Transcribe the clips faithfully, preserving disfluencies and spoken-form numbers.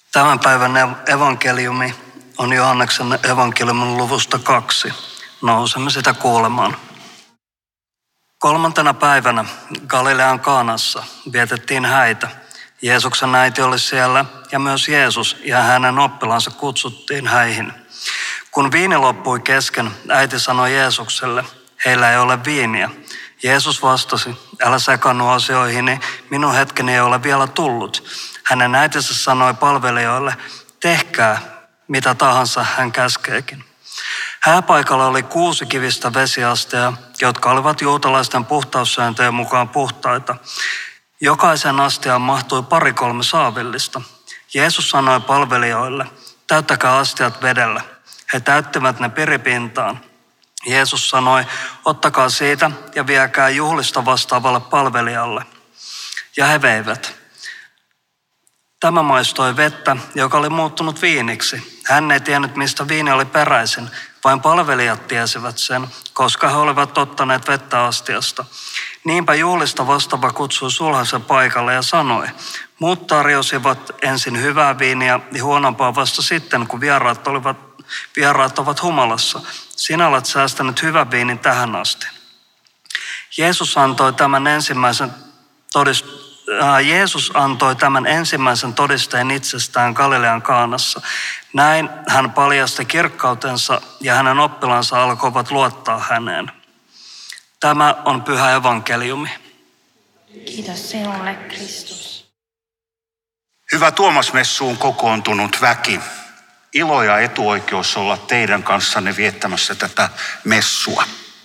Tämän päivän evankeliumi on Johanneksen evankeliumin luvusta kaksi. Nousemme sitä kuulemaan. Kolmantena päivänä Galilean Kaanassa vietettiin häitä. Jeesuksen äiti oli siellä ja myös Jeesus ja hänen oppilaansa kutsuttiin häihin. Kun viini loppui kesken, äiti sanoi Jeesukselle, heillä ei ole viiniä. Jeesus vastasi, älä sekaannu asioihini, minun hetkeni ei ole vielä tullut. Hänen äitinsä sanoi palvelijoille, tehkää mitä tahansa hän käskeekin. Hääpaikalla oli kuusi kivistä vesiastia, jotka olivat juutalaisten puhtaussääntöjen mukaan puhtaita. Jokaisen astiaan mahtui pari kolme saavillista. Jeesus sanoi palvelijoille, täyttäkää astiat vedellä. He täyttivät ne piripintaan. Jeesus sanoi, ottakaa siitä ja viekää juhlista vastaavalle palvelijalle. Ja he veivät. Tämä maistoi vettä, joka oli muuttunut viiniksi. Hän ei tiennyt, mistä viini oli peräisin, vain palvelijat tiesivät sen, koska he olivat ottaneet vettä astiasta. Niinpä juhlista vastaava kutsui sulhasen paikalle ja sanoi, muut tarjosivat ensin hyvää viiniä ja huonompaa vasta sitten, kun vieraat, olivat, vieraat ovat humalassa. Sinä olet säästänyt hyvän viinin tähän asti. Jeesus antoi tämän ensimmäisen todistuksen. Jeesus antoi tämän ensimmäisen todisteen itsestään Galilean Kaanassa. Näin hän paljasti kirkkautensa ja hänen oppilansa alkoivat luottaa häneen. Tämä on pyhä evankeliumi. Kiitos sinulle, Kristus. Hyvä Tuomasmessuun kokoontunut väki. Ilo ja etuoikeus olla teidän kanssanne viettämässä tätä messua.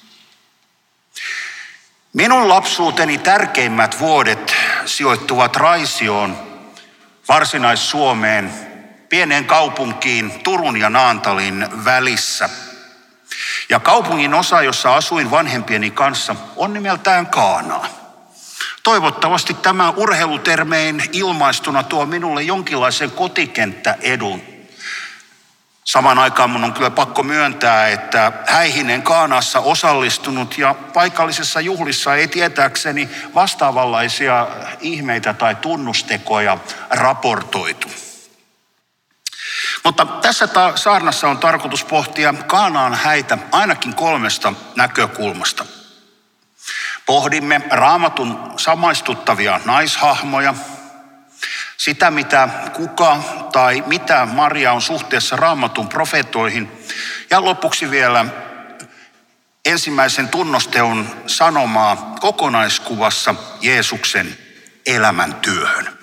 Minun lapsuuteni tärkeimmät vuodet sijoittuvat Raisioon, Varsinais-Suomeen, pieneen kaupunkiin Turun ja Naantalin välissä. Ja kaupungin osa, jossa asuin vanhempieni kanssa, on nimeltään Kaanaa. Toivottavasti tämä urheilutermein ilmaistuna tuo minulle jonkinlaisen kotikenttäedun. Samaan aikaan mun on kyllä pakko myöntää, että häihin Kaanassa osallistunut ja paikallisessa juhlissa ei tietääkseni vastaavanlaisia ihmeitä tai tunnustekoja raportoitu. Mutta tässä ta- saarnassa on tarkoitus pohtia Kaanaan häitä ainakin kolmesta näkökulmasta. Pohdimme Raamatun samaistuttavia naishahmoja, sitä, mitä kuka tai mitä Maria on suhteessa Raamatun profeetoihin. Ja lopuksi vielä ensimmäisen tunnusteon sanomaa kokonaiskuvassa Jeesuksen elämäntyöhön.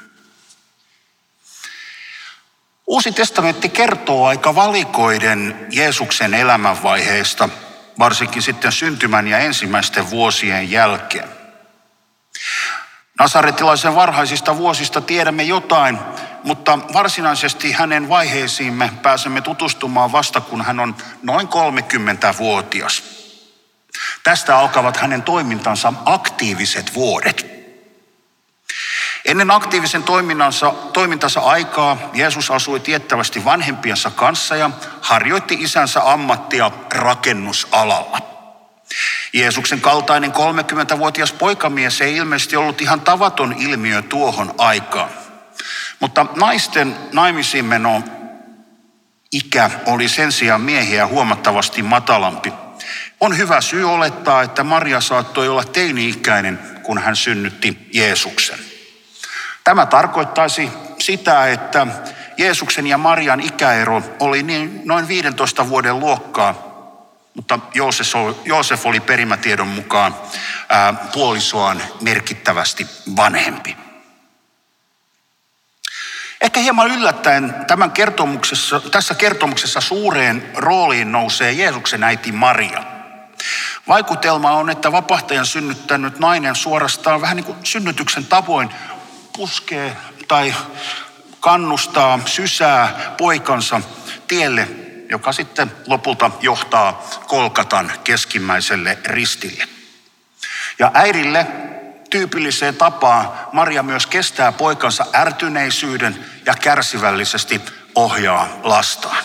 Uusi testamentti kertoo aika valikoiden Jeesuksen elämänvaiheesta, varsinkin sitten syntymän ja ensimmäisten vuosien jälkeen. Nasaretilaisen varhaisista vuosista tiedämme jotain, mutta varsinaisesti hänen vaiheisiimme pääsemme tutustumaan vasta, kun hän on noin kolmekymmentävuotias. Tästä alkavat hänen toimintansa aktiiviset vuodet. Ennen aktiivisen toimintansa, toimintansa aikaa Jeesus asui tiettävästi vanhempiensa kanssa ja harjoitti isänsä ammattia rakennusalalla. Jeesuksen kaltainen kolmekymmentävuotias poikamies ei ilmeisesti ollut ihan tavaton ilmiö tuohon aikaan. Mutta naisten naimisiinmeno ikä oli sen sijaan miehiä huomattavasti matalampi. On hyvä syy olettaa, että Maria saattoi olla teini-ikäinen, kun hän synnytti Jeesuksen. Tämä tarkoittaisi sitä, että Jeesuksen ja Marian ikäero oli niin noin viidentoista vuoden luokkaa, mutta Joosef oli perimätiedon mukaan ää, puolisoaan merkittävästi vanhempi. Ehkä hieman yllättäen tämän kertomuksessa, tässä kertomuksessa suureen rooliin nousee Jeesuksen äiti Maria. Vaikutelma on, että vapahtajan synnyttänyt nainen suorastaan vähän niin kuin synnytyksen tavoin puskee tai kannustaa, sysää poikansa tielle, joka sitten lopulta johtaa Golgatan keskimmäiselle ristille. Ja äidille tyypilliseen tapaan Maria myös kestää poikansa ärtyneisyyden ja kärsivällisesti ohjaa lastaan.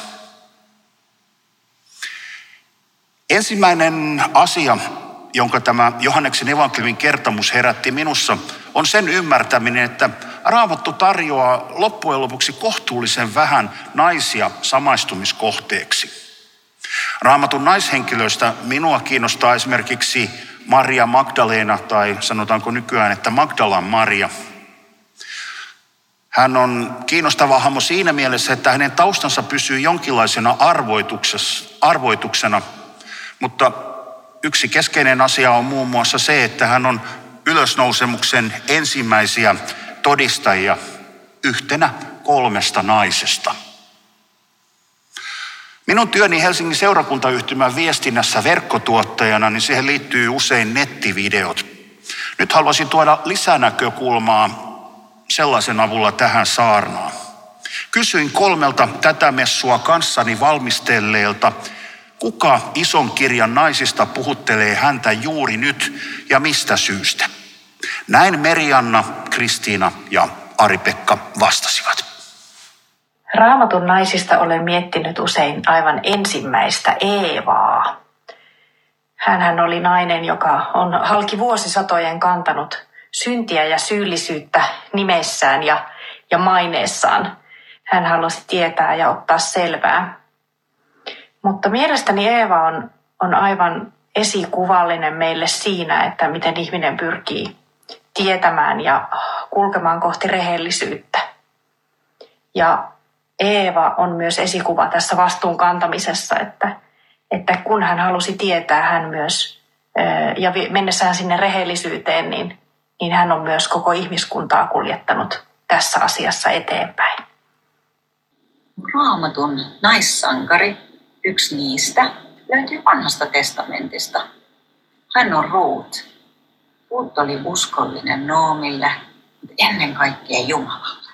Ensimmäinen asia, jonka tämä Johanneksen evankeliumin kertomus herätti minussa, on sen ymmärtäminen, että Raamattu tarjoaa loppujen lopuksi kohtuullisen vähän naisia samaistumiskohteeksi. Raamatun naishenkilöistä minua kiinnostaa esimerkiksi Maria Magdalena, tai sanotaanko nykyään, että Magdalan Maria. Hän on kiinnostava hahmo siinä mielessä, että hänen taustansa pysyy jonkinlaisena arvoituksena, mutta yksi keskeinen asia on muun muassa se, että hän on ylösnousemuksen ensimmäisiä todistajia yhtenä kolmesta naisesta. Minun työni Helsingin seurakuntayhtymän viestinnässä verkkotuottajana, niin siihen liittyy usein nettivideot. Nyt haluaisin tuoda lisänäkökulmaa sellaisen avulla tähän saarnaan. Kysyin kolmelta tätä messua kanssani valmistelleelta, kuka ison kirjan naisista puhuttelee häntä juuri nyt ja mistä syystä. Näin Merianna, Kristiina ja Ari-Pekka vastasivat. Raamatun naisista olen miettinyt usein aivan ensimmäistä Eevaa. Hänhän oli nainen, joka on halki vuosisatojen kantanut syntiä ja syyllisyyttä nimessään ja, ja maineessaan. Hän halusi tietää ja ottaa selvää. Mutta mielestäni Eeva on, on aivan esikuvallinen meille siinä, että miten ihminen pyrkii tietämään ja kulkemaan kohti rehellisyyttä. Ja Eeva on myös esikuva tässä vastuun kantamisessa, että, että kun hän halusi tietää, hän myös, ja mennessään sinne rehellisyyteen, niin, niin hän on myös koko ihmiskuntaa kuljettanut tässä asiassa eteenpäin. Raamatun naissankari, yksi niistä, löytyy Vanhasta testamentista. Hän on Ruut. Ruut oli uskollinen Noomille, mutta ennen kaikkea Jumalalle.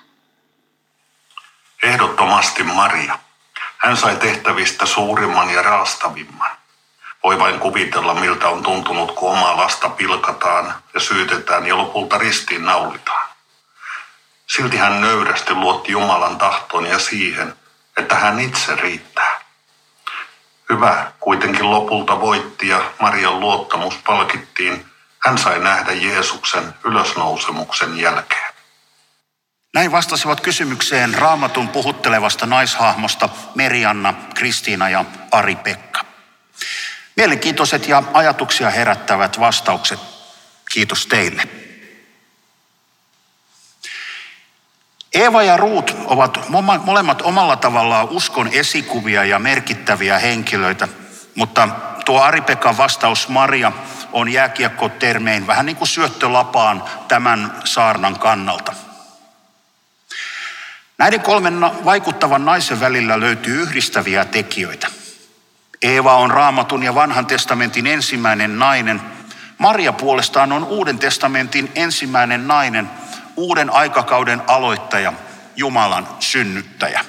Ehdottomasti Maria. Hän sai tehtävistä suurimman ja raastavimman. Voi vain kuvitella, miltä on tuntunut, kun omaa lasta pilkataan ja syytetään ja lopulta ristiin naulitaan. Silti hän nöyrästi luotti Jumalan tahtoon ja siihen, että hän itse riittää. Hyvä kuitenkin lopulta voitti ja Marian luottamus palkittiin. Hän sai nähdä Jeesuksen ylösnousemuksen jälkeen. Näin vastasivat kysymykseen Raamatun puhuttelevasta naishahmosta Merianna, Kristiina ja Ari-Pekka. Mielenkiintoiset ja ajatuksia herättävät vastaukset. Kiitos teille. Eeva ja Ruut ovat molemmat omalla tavallaan uskon esikuvia ja merkittäviä henkilöitä, mutta tuo Ari-Pekan vastaus Maria on jääkiekkotermein vähän niin kuin syöttölapaan tämän saarnan kannalta. Näiden kolmen vaikuttavan naisen välillä löytyy yhdistäviä tekijöitä. Eeva on Raamatun ja Vanhan testamentin ensimmäinen nainen. Maria puolestaan on Uuden testamentin ensimmäinen nainen, uuden aikakauden aloittaja, Jumalan synnyttäjä.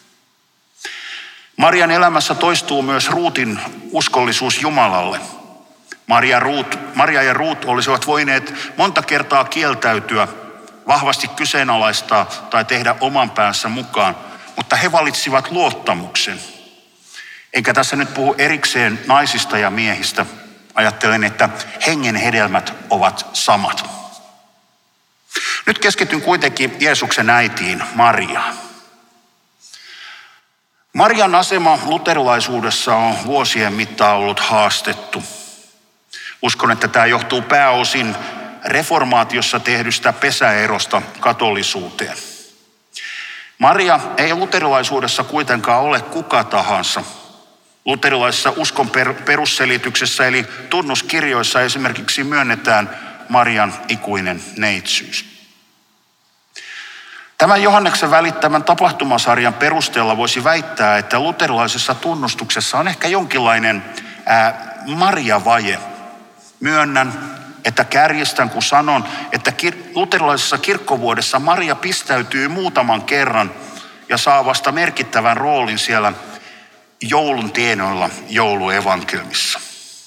Marian elämässä toistuu myös Ruutin uskollisuus Jumalalle. Maria, Ruut, Maria ja Ruut olisivat voineet monta kertaa kieltäytyä, vahvasti kyseenalaistaa tai tehdä oman päänsä mukaan, mutta he valitsivat luottamuksen. Enkä tässä nyt puhu erikseen naisista ja miehistä. Ajattelen, että hengen hedelmät ovat samat. Nyt keskityn kuitenkin Jeesuksen äitiin Mariaan. Marian asema luterilaisuudessa on vuosien mittaan ollut haastettu. Uskon, että tämä johtuu pääosin reformaatiossa tehdystä pesäerosta katolisuuteen. Maria ei luterilaisuudessa kuitenkaan ole kuka tahansa. Luterilaisessa uskon perusselityksessä eli tunnuskirjoissa esimerkiksi myönnetään Marian ikuinen neitsyys. Tämän Johanneksen välittämän tapahtumasarjan perusteella voisi väittää, että luterilaisessa tunnustuksessa on ehkä jonkinlainen ää, Maria-vaje. Myönnän, että kärjistän kun sanon, että kir- luterilaisessa kirkkovuodessa Maria pistäytyy muutaman kerran ja saa vasta merkittävän roolin siellä joulun tienoilla jouluevankelmissa.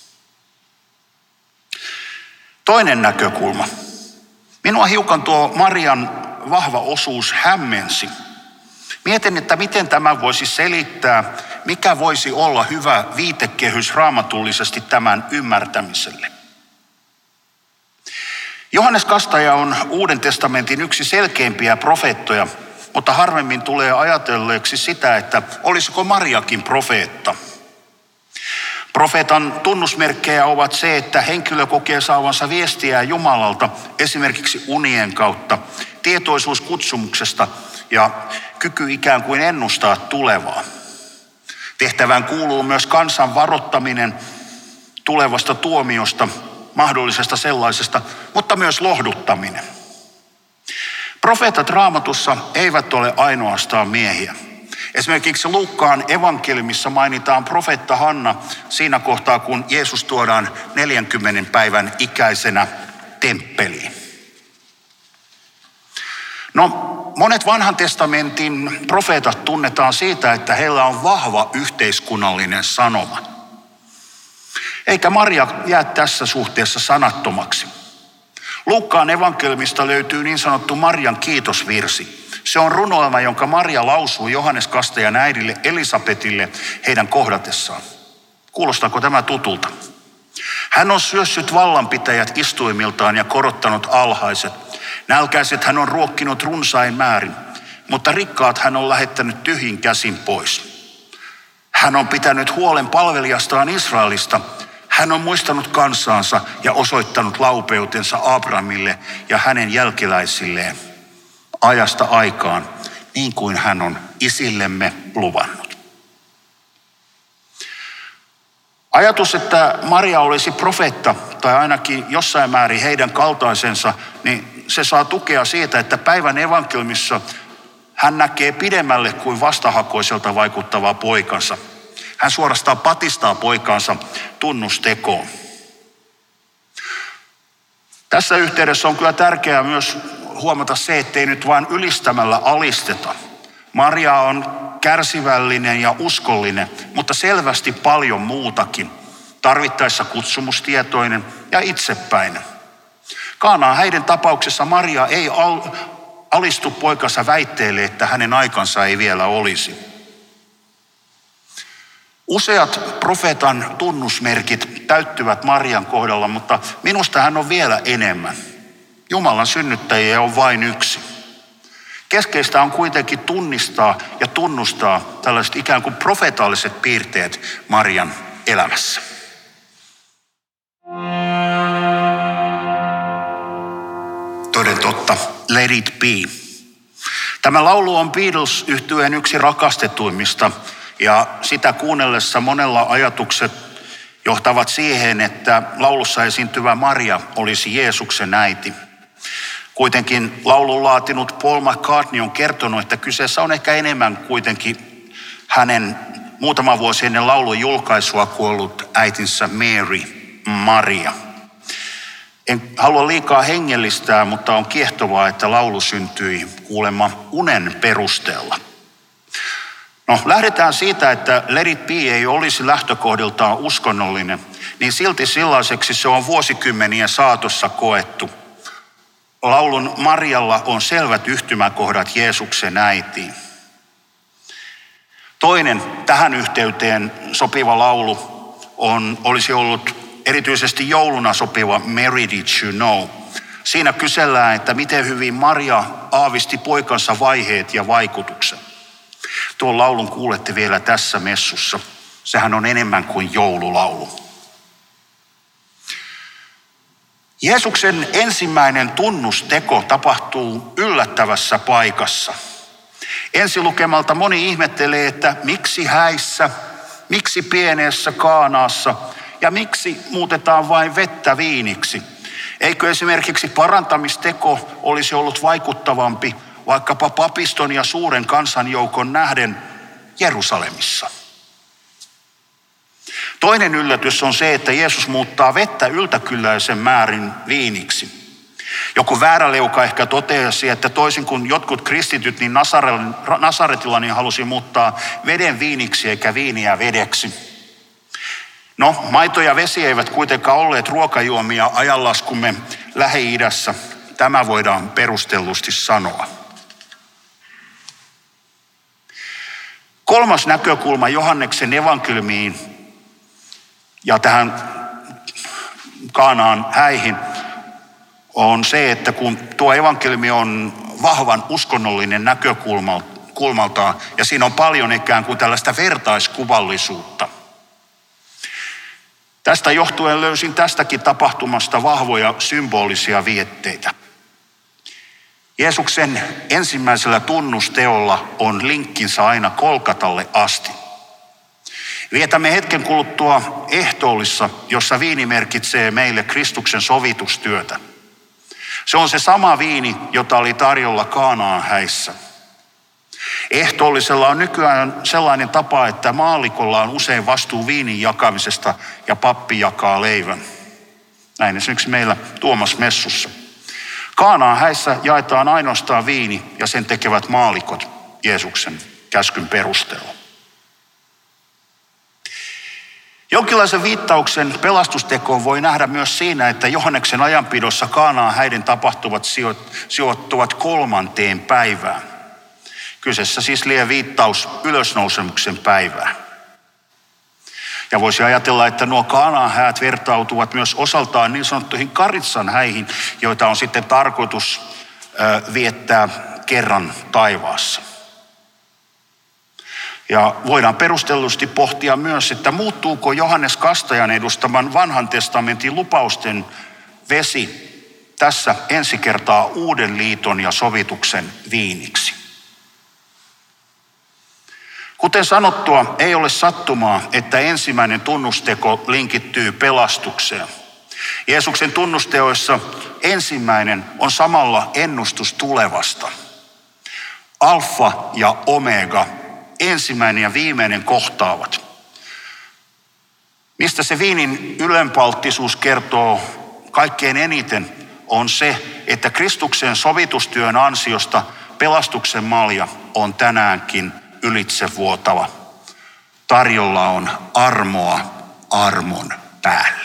Toinen näkökulma. Minua hiukan tuo Marian vahva osuus hämmensi. Mietin, että miten tämä voisi selittää, mikä voisi olla hyvä viitekehys raamatullisesti tämän ymmärtämiselle. Johannes Kastaja on Uuden testamentin yksi selkeimpiä profeettoja, mutta harvemmin tulee ajatelleeksi sitä, että olisiko Mariakin profeetta. Profeetan tunnusmerkkejä ovat se, että henkilö kokee saavansa viestiä Jumalalta esimerkiksi unien kautta, tietoisuus kutsumuksesta ja kyky ikään kuin ennustaa tulevaa. Tehtävään kuuluu myös kansan varoittaminen tulevasta tuomiosta, mahdollisesta sellaisesta, mutta myös lohduttaminen. Profeetat Raamatussa eivät ole ainoastaan miehiä. Esimerkiksi Luukkaan evankeliumissa mainitaan profeetta Hanna siinä kohtaa, kun Jeesus tuodaan neljänkymmenen päivän ikäisenä temppeliin. No, monet vanhan testamentin profeetat tunnetaan siitä, että heillä on vahva yhteiskunnallinen sanoma. Eikä Maria jää tässä suhteessa sanattomaksi. Luukkaan evankeliumista löytyy niin sanottu Marian kiitosvirsi. Se on runoilma, jonka Maria lausuu Johannes Kastajan äidille Elisabetille heidän kohdatessaan. Kuulostaako tämä tutulta? Hän on syössyt vallanpitäjät istuimiltaan ja korottanut alhaiset. Nälkäiset hän on ruokkinut runsain määrin, mutta rikkaat hän on lähettänyt tyhjin käsin pois. Hän on pitänyt huolen palvelijastaan Israelista. Hän on muistanut kansaansa ja osoittanut laupeutensa Abrahamille ja hänen jälkeläisilleen ajasta aikaan, niin kuin hän on isillemme luvannut. Ajatus, että Maria olisi profeetta tai ainakin jossain määrin heidän kaltaisensa, niin se saa tukea siitä, että päivän evankeliumissa hän näkee pidemmälle kuin vastahakoiselta vaikuttavaa poikansa. Hän suorastaan patistaa poikaansa tunnustekoon. Tässä yhteydessä on kyllä tärkeää myös huomata se, ettei nyt vain ylistämällä alisteta. Maria on kärsivällinen ja uskollinen, mutta selvästi paljon muutakin. Tarvittaessa kutsumustietoinen ja itsepäinen. Kaanaan häiden tapauksessa Maria ei al- alistu poikansa väitteelle, että hänen aikansa ei vielä olisi. Useat profeetan tunnusmerkit täyttyvät Marian kohdalla, mutta minusta hän on vielä enemmän. Jumalan synnyttäjiä on vain yksi. Keskeistä on kuitenkin tunnistaa ja tunnustaa tällaiset ikään kuin profetaaliset piirteet Marian elämässä. Toden totta, Let It Be. Tämä laulu on Beatles-yhtyeen yksi rakastetuimmista ja sitä kuunnellessa monella ajatukset johtavat siihen, että laulussa esiintyvä Maria olisi Jeesuksen äiti. Kuitenkin laulun laatinut Paul McCartney on kertonut, että kyseessä on ehkä enemmän kuitenkin hänen muutama vuosi ennen laulun julkaisua kuollut äitinsä Mary, Maria. En halua liikaa hengellistää, mutta on kiehtovaa, että laulu syntyi kuulemma unen perusteella. No, lähdetään siitä, että Let It Be ei olisi lähtökohdiltaan uskonnollinen, niin silti sellaiseksi se on vuosikymmeniä saatossa koettu. Laulun Marialla on selvät yhtymäkohdat Jeesuksen äitiin. Toinen tähän yhteyteen sopiva laulu on, olisi ollut erityisesti jouluna sopiva Mary Did You Know. Siinä kysellään, että miten hyvin Maria aavisti poikansa vaiheet ja vaikutuksen. Tuon laulun kuulette vielä tässä messussa. Sehän on enemmän kuin joululaulu. Jeesuksen ensimmäinen tunnusteko tapahtuu yllättävässä paikassa. Ensilukemalta moni ihmettelee, että miksi häissä, miksi pienessä Kaanaassa ja miksi muutetaan vain vettä viiniksi. Eikö esimerkiksi parantamisteko olisi ollut vaikuttavampi vaikkapa papiston ja suuren kansanjoukon nähden Jerusalemissa? Toinen yllätys on se, että Jeesus muuttaa vettä yltäkylläisen määrin viiniksi. Joku vääräleuka ehkä toteasi, että toisin kuin jotkut kristityt, niin Nasaretilla niin halusi muuttaa veden viiniksi eikä viiniä vedeksi. No, maito ja vesi eivät kuitenkaan olleet ruokajuomia ajanlaskumme Lähi-idässä. Tämä voidaan perustellusti sanoa. Kolmas näkökulma Johanneksen evankeliumiin ja tähän Kaanaan häihin on se, että kun tuo evankeliumi on vahvan uskonnollinen näkökulmaltaan ja siinä on paljon ikään kuin tällaista vertaiskuvallisuutta. Tästä johtuen löysin tästäkin tapahtumasta vahvoja symbolisia vietteitä. Jeesuksen ensimmäisellä tunnusteolla on linkkinsä aina Kolkatalle asti. Vietämme hetken kuluttua ehtoollissa, jossa viini merkitsee meille Kristuksen sovitustyötä. Se on se sama viini, jota oli tarjolla Kaanaan häissä. Ehtoollisella on nykyään sellainen tapa, että maallikolla on usein vastuu viinin jakamisesta ja pappi jakaa leivän. Näin esimerkiksi meillä Tuomas messussa. Kaanaan häissä jaetaan ainoastaan viini ja sen tekevät maallikot Jeesuksen käskyn perusteella. Jonkinlaisen viittauksen pelastustekoon voi nähdä myös siinä, että Johanneksen ajanpidossa Kaanaan häiden tapahtuvat sijoittuvat kolmanteen päivään. Kyseessä siis lie viittaus ylösnousemuksen päivään. Ja voisi ajatella, että nuo Kaanaan häät vertautuvat myös osaltaan niin sanottuihin Karitsan häihin, joita on sitten tarkoitus viettää kerran taivaassa. Ja voidaan perustellusti pohtia myös, että muuttuuko Johannes Kastajan edustaman vanhan testamentin lupausten vesi tässä ensi kertaa uuden liiton ja sovituksen viiniksi. Kuten sanottua, ei ole sattumaa, että ensimmäinen tunnusteko linkittyy pelastukseen. Jeesuksen tunnusteoissa ensimmäinen on samalla ennustus tulevasta. Alfa ja omega, ensimmäinen ja viimeinen kohtaavat. Mistä se viinin ylenpalttisuus kertoo kaikkein eniten on se, että Kristuksen sovitustyön ansiosta pelastuksen malja on tänäänkin ylitsevuotava. Tarjolla on armoa armon päälle.